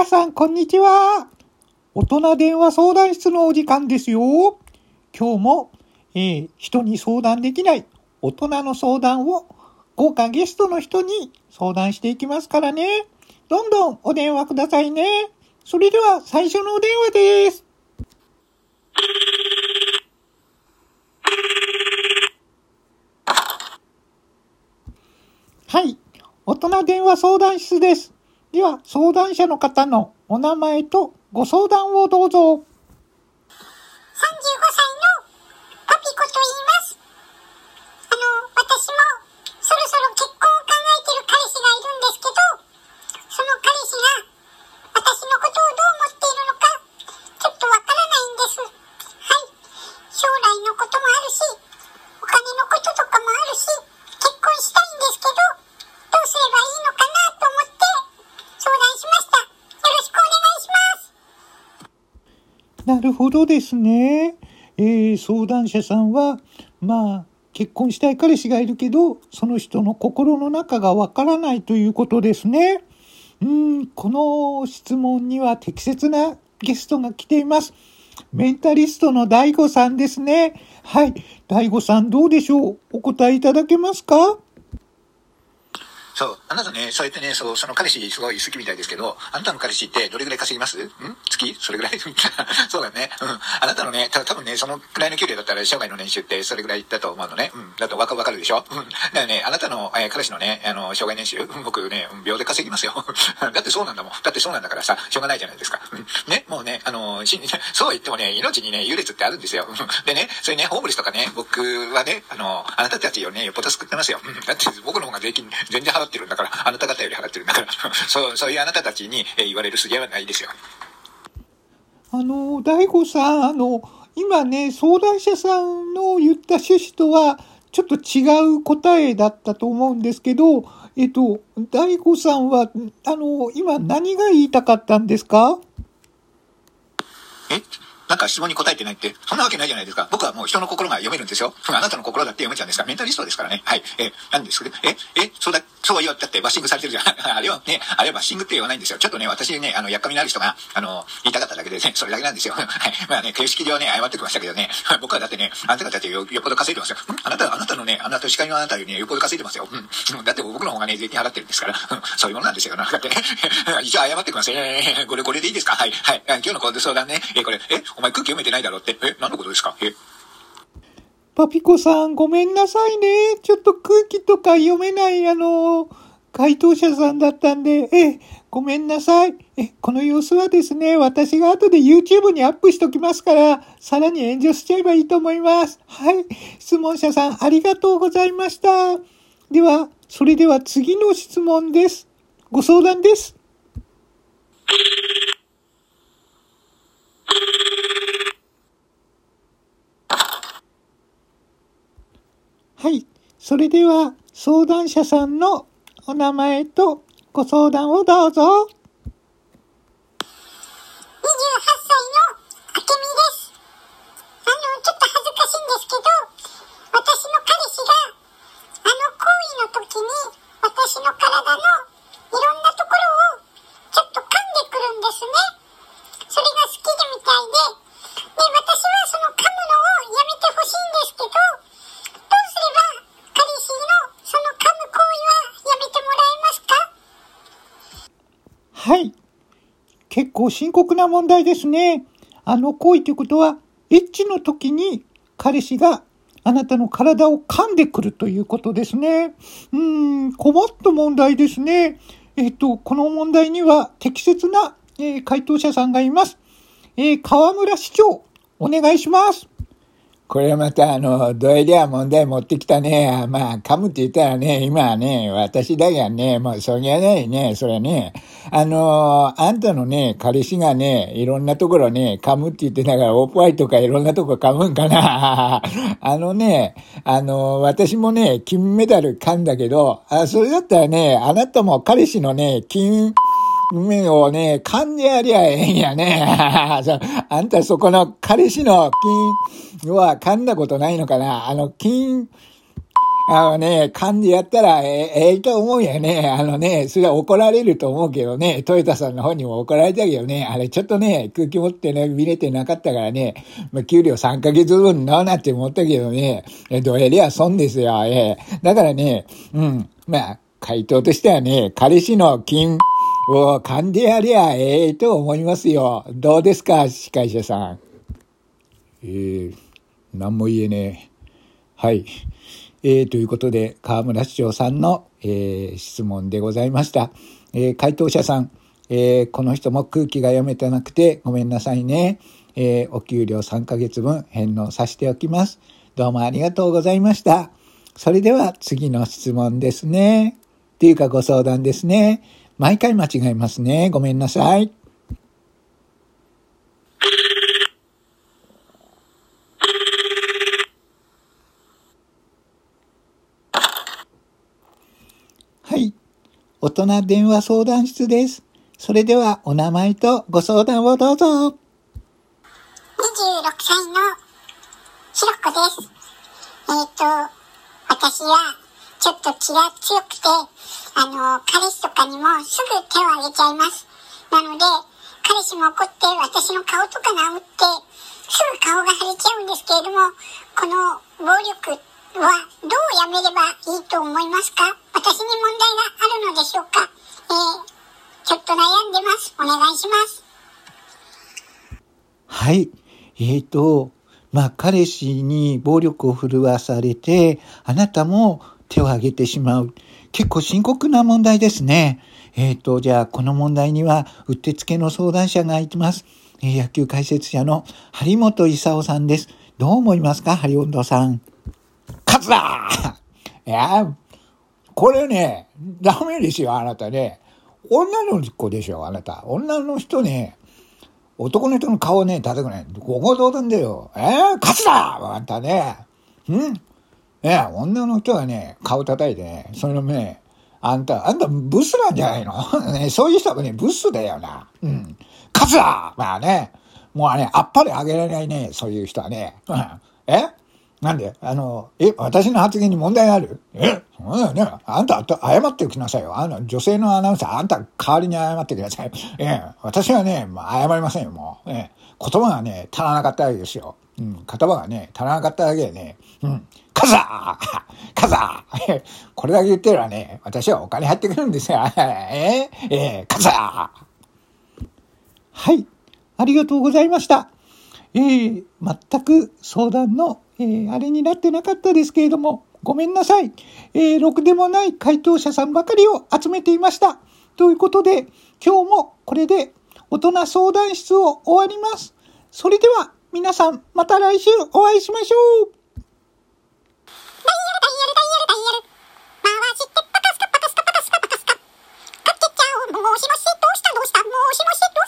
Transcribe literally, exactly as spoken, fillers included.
さん、こんにちは。大人電話相談室のお時間ですよ。今日も、えー、人に相談できない大人の相談を豪華ゲストの人に相談していきますからね。どんどんお電話くださいね。それでは最初のお電話です。はい、大人電話相談室です。では、相談者の方のお名前とご相談をどうぞ。 さんじゅうごさいのパピコと言います。あの、私もそろそろ結婚を考えている彼氏がいるんですけど、その彼氏が私のことをどう思っているのか、ちょっとわからないんです。はい。将来のこともあるし、お金のこととかもあるし、結婚したいんですけど、どうすればいいのかなと思って相談しました。よろしくお願いします。 なるほどですね。えー、相談者さんは、まあ、結婚したい彼氏がいるけど、その人の心の中がわからないということですね。うーん、この質問には適切なゲストが来ています。メンタリストの大悟さんですね。はい、大悟さんどうでしょう？お答えいただけますか？ そう。あなたね、そうやってね、そう、その彼氏すごい好きみたいですけど、あなたの彼氏ってどれぐらい稼ぎます？ん？月？それぐらいそうだよね。うん。あなたのね、た多分ね、そのくらいの給料だったら生涯の年収ってそれぐらいだと思うのね。うん。だとわかわかるでしょ？うん。だからね、あなたの、えー、彼氏のね、あの、生涯年収、僕ね、秒で稼ぎますよ。だってそうなんだもん。だってそうなんだからさ、しょうがないじゃないですか。うん。ね、もうね、あの、しそう言ってもね、命にね、優劣ってあるんですよ。でね、それね、ホームレスとかね、僕はね、あの、あなたたちよりね、よっぽど救ってますよ。うん。だって僕の方が税金全然払ってるんだから、あなた方より払ってるんだからそう、そういうあなたたちに、えー、言われる筋合いはないですよ。 あの、大悟さん、あの、今ね、相談者さんの言った趣旨とは、ちょっと違う答えだったと思うんですけど、えっと、大悟さんは、あの、今何が言いたかったんですか？ えなんか質問に答えてないって、そんなわけないじゃないですか。僕はもう人の心が読めるんですよ。あなたの心だって読めちゃうんですから、メンタリストですからね。はい。え、なんですけど、え、え、そうだ、そう言われたってバッシングされてるじゃん。あれはね、あれはバッシングって言わないんですよ。ちょっとね、私ね、あの、やっかみのある人が、あの、言いたかっただけでね、それだけなんですよ。はい。まあね、形式上ね、謝ってきましたけどね、僕はだってね、あなた方だってよ、よっぽど稼いでますよ。あなた、あなたのね、あなた、司会のあなたよりね、よっぽど稼いでますよ。うん。だって僕の方がね、税金払ってるんですから、そういうものなんですよ。なんかってね、一応謝ってきますね。これ、これでいいですか？はい。はい。今日のこの相談ね、え、これ、え、お前空気読めてないだろって、え、何のことですか？え、 パピコさん、ごめんなさいね。ちょっと空気とか読めない、あの、回答者さんだったんで、え、ごめんなさい。え、この様子はですね、私が後で YouTube にアップしときますから、さらに炎上しちゃえばいいと思います。はい。質問者さん、ありがとうございました。では、それでは次の質問です。ご相談です。はい。それでは、相談者さんのお名前とご相談をどうぞ。 にじゅうはっさいのあけみです。あの、ちょっと恥ずかしいんですけど、私の彼氏が、あの行為の時に、私の体のいろんなところをちょっと噛んでくるんですね。それが好きでみたいで、で、私はその噛むのをやめてほしいんですけど、どうすれば彼氏のその噛む行為はやめてもらえますか？ はい。結構深刻な問題ですね。あの行為ということは、エッチの時に彼氏があなたの体を噛んでくるということですね。うーん、困った問題ですね。えっと、この問題には適切な、えー、回答者さんがいます。えー、河村市長、お願いします。 これはまたあの、どえりゃ問題持ってきたね。まあ、噛むって言ったらね、今はね、私だがね、もうそりゃないね、それはね。あの、あんたのね、彼氏がね、いろんなところね、噛むって言ってたから、オープアイとかいろんなとこ噛むんかな。あのね、あの、私もね、金メダル噛んだけど、あ、それだったらね、あなたも彼氏のね、金、目をね、噛んでやりゃええんやね。あんたそこの彼氏の金は噛んだことないのかな？あの金、 あのね、漢字やったらええ、ええと思うよね。あのね、それは怒られると思うけどね、トヨタさんの方にも怒られたけどね、あれちょっとね、空気持ってね、見れてなかったからね、まあ、給料さんかげつぶんななって思ったけどね、え、どえりゃ損ですよ、ええ。だからね、うん、まあ、回答としてはね、彼氏の金を勘でやりゃええと思いますよ。どうですか、司会者さん。えー、何も言えねえ。はい。えー、ということで、河村市長さんの、えー、質問でございました。えー、回答者さん、えー、この人も空気が読めてなくてごめんなさいね。えー、お給料さんかげつぶん返納させておきます。どうもありがとうございました。それでは次の質問ですね。っていうかご相談ですね。毎回間違えますね。ごめんなさい。はい。大人電話相談室です。それではお名前とご相談をどうぞ。 にじゅうろくさいのひろこです。えっと、私はちょっと気が強くて、あの、彼氏とかにもすぐ手を挙げちゃいます。なので、彼氏も怒って私の顔とか殴って、すぐ顔が腫れちゃうんですけれども、この暴力はどうやめればいいと思いますか？私に問題があるのでしょうか？えー、ちょっと悩んでます。お願いします。 はい。えーと、まあ、彼氏に暴力を振るわされて、あなたも手を挙げてしまう。結構深刻な問題ですね。えーと、じゃあ、この問題には、うってつけの相談者がいます。えー、野球解説者の張本勲さんです。どう思いますか、張本さん。勝つだいや、これね、ダメですよ、あなたね。女の子でしょ、あなた。女の人ね、男の人の顔ね、叩くね。ここどうなんだよ。えー、勝つだあんたね。んえー、女の人がね、顔叩いてね、そのね、あんた、あんたブスなんじゃないのね、そういう人はね、ブスだよな。うん。勝つだまあね、もうね、あっぱれあげられないね、そういう人はね。うん、えなんであの、え、私の発言に問題あるえそうだよね。あんた、謝ってきなさいよ。あの、女性のアナウンサー、あんた代わりに謝ってください。ええ、私はね、まあ、謝りませんよ、もう。ええ、言葉がね、足らなかったわけですよ。うん、言葉がね、足らなかったわけでね。うん。カザーカザーこれだけ言ってればね、私はお金入ってくるんですよ。ええ、ええ、カザーはい。ありがとうございました。えー、全く相談の、えー、あれになってなかったですけれども、ごめんなさい。えー、ろくでもない回答者さんばかりを集めていました。ということで、今日もこれで大人相談室を終わります。それでは皆さん、また来週お会いしましょう。 ダイヤルダイヤルダイヤルダイヤル。回してパカスカパカスカパカスカパカスカ。かけちゃおう。もしもしどうしたどうしたもしもしどうした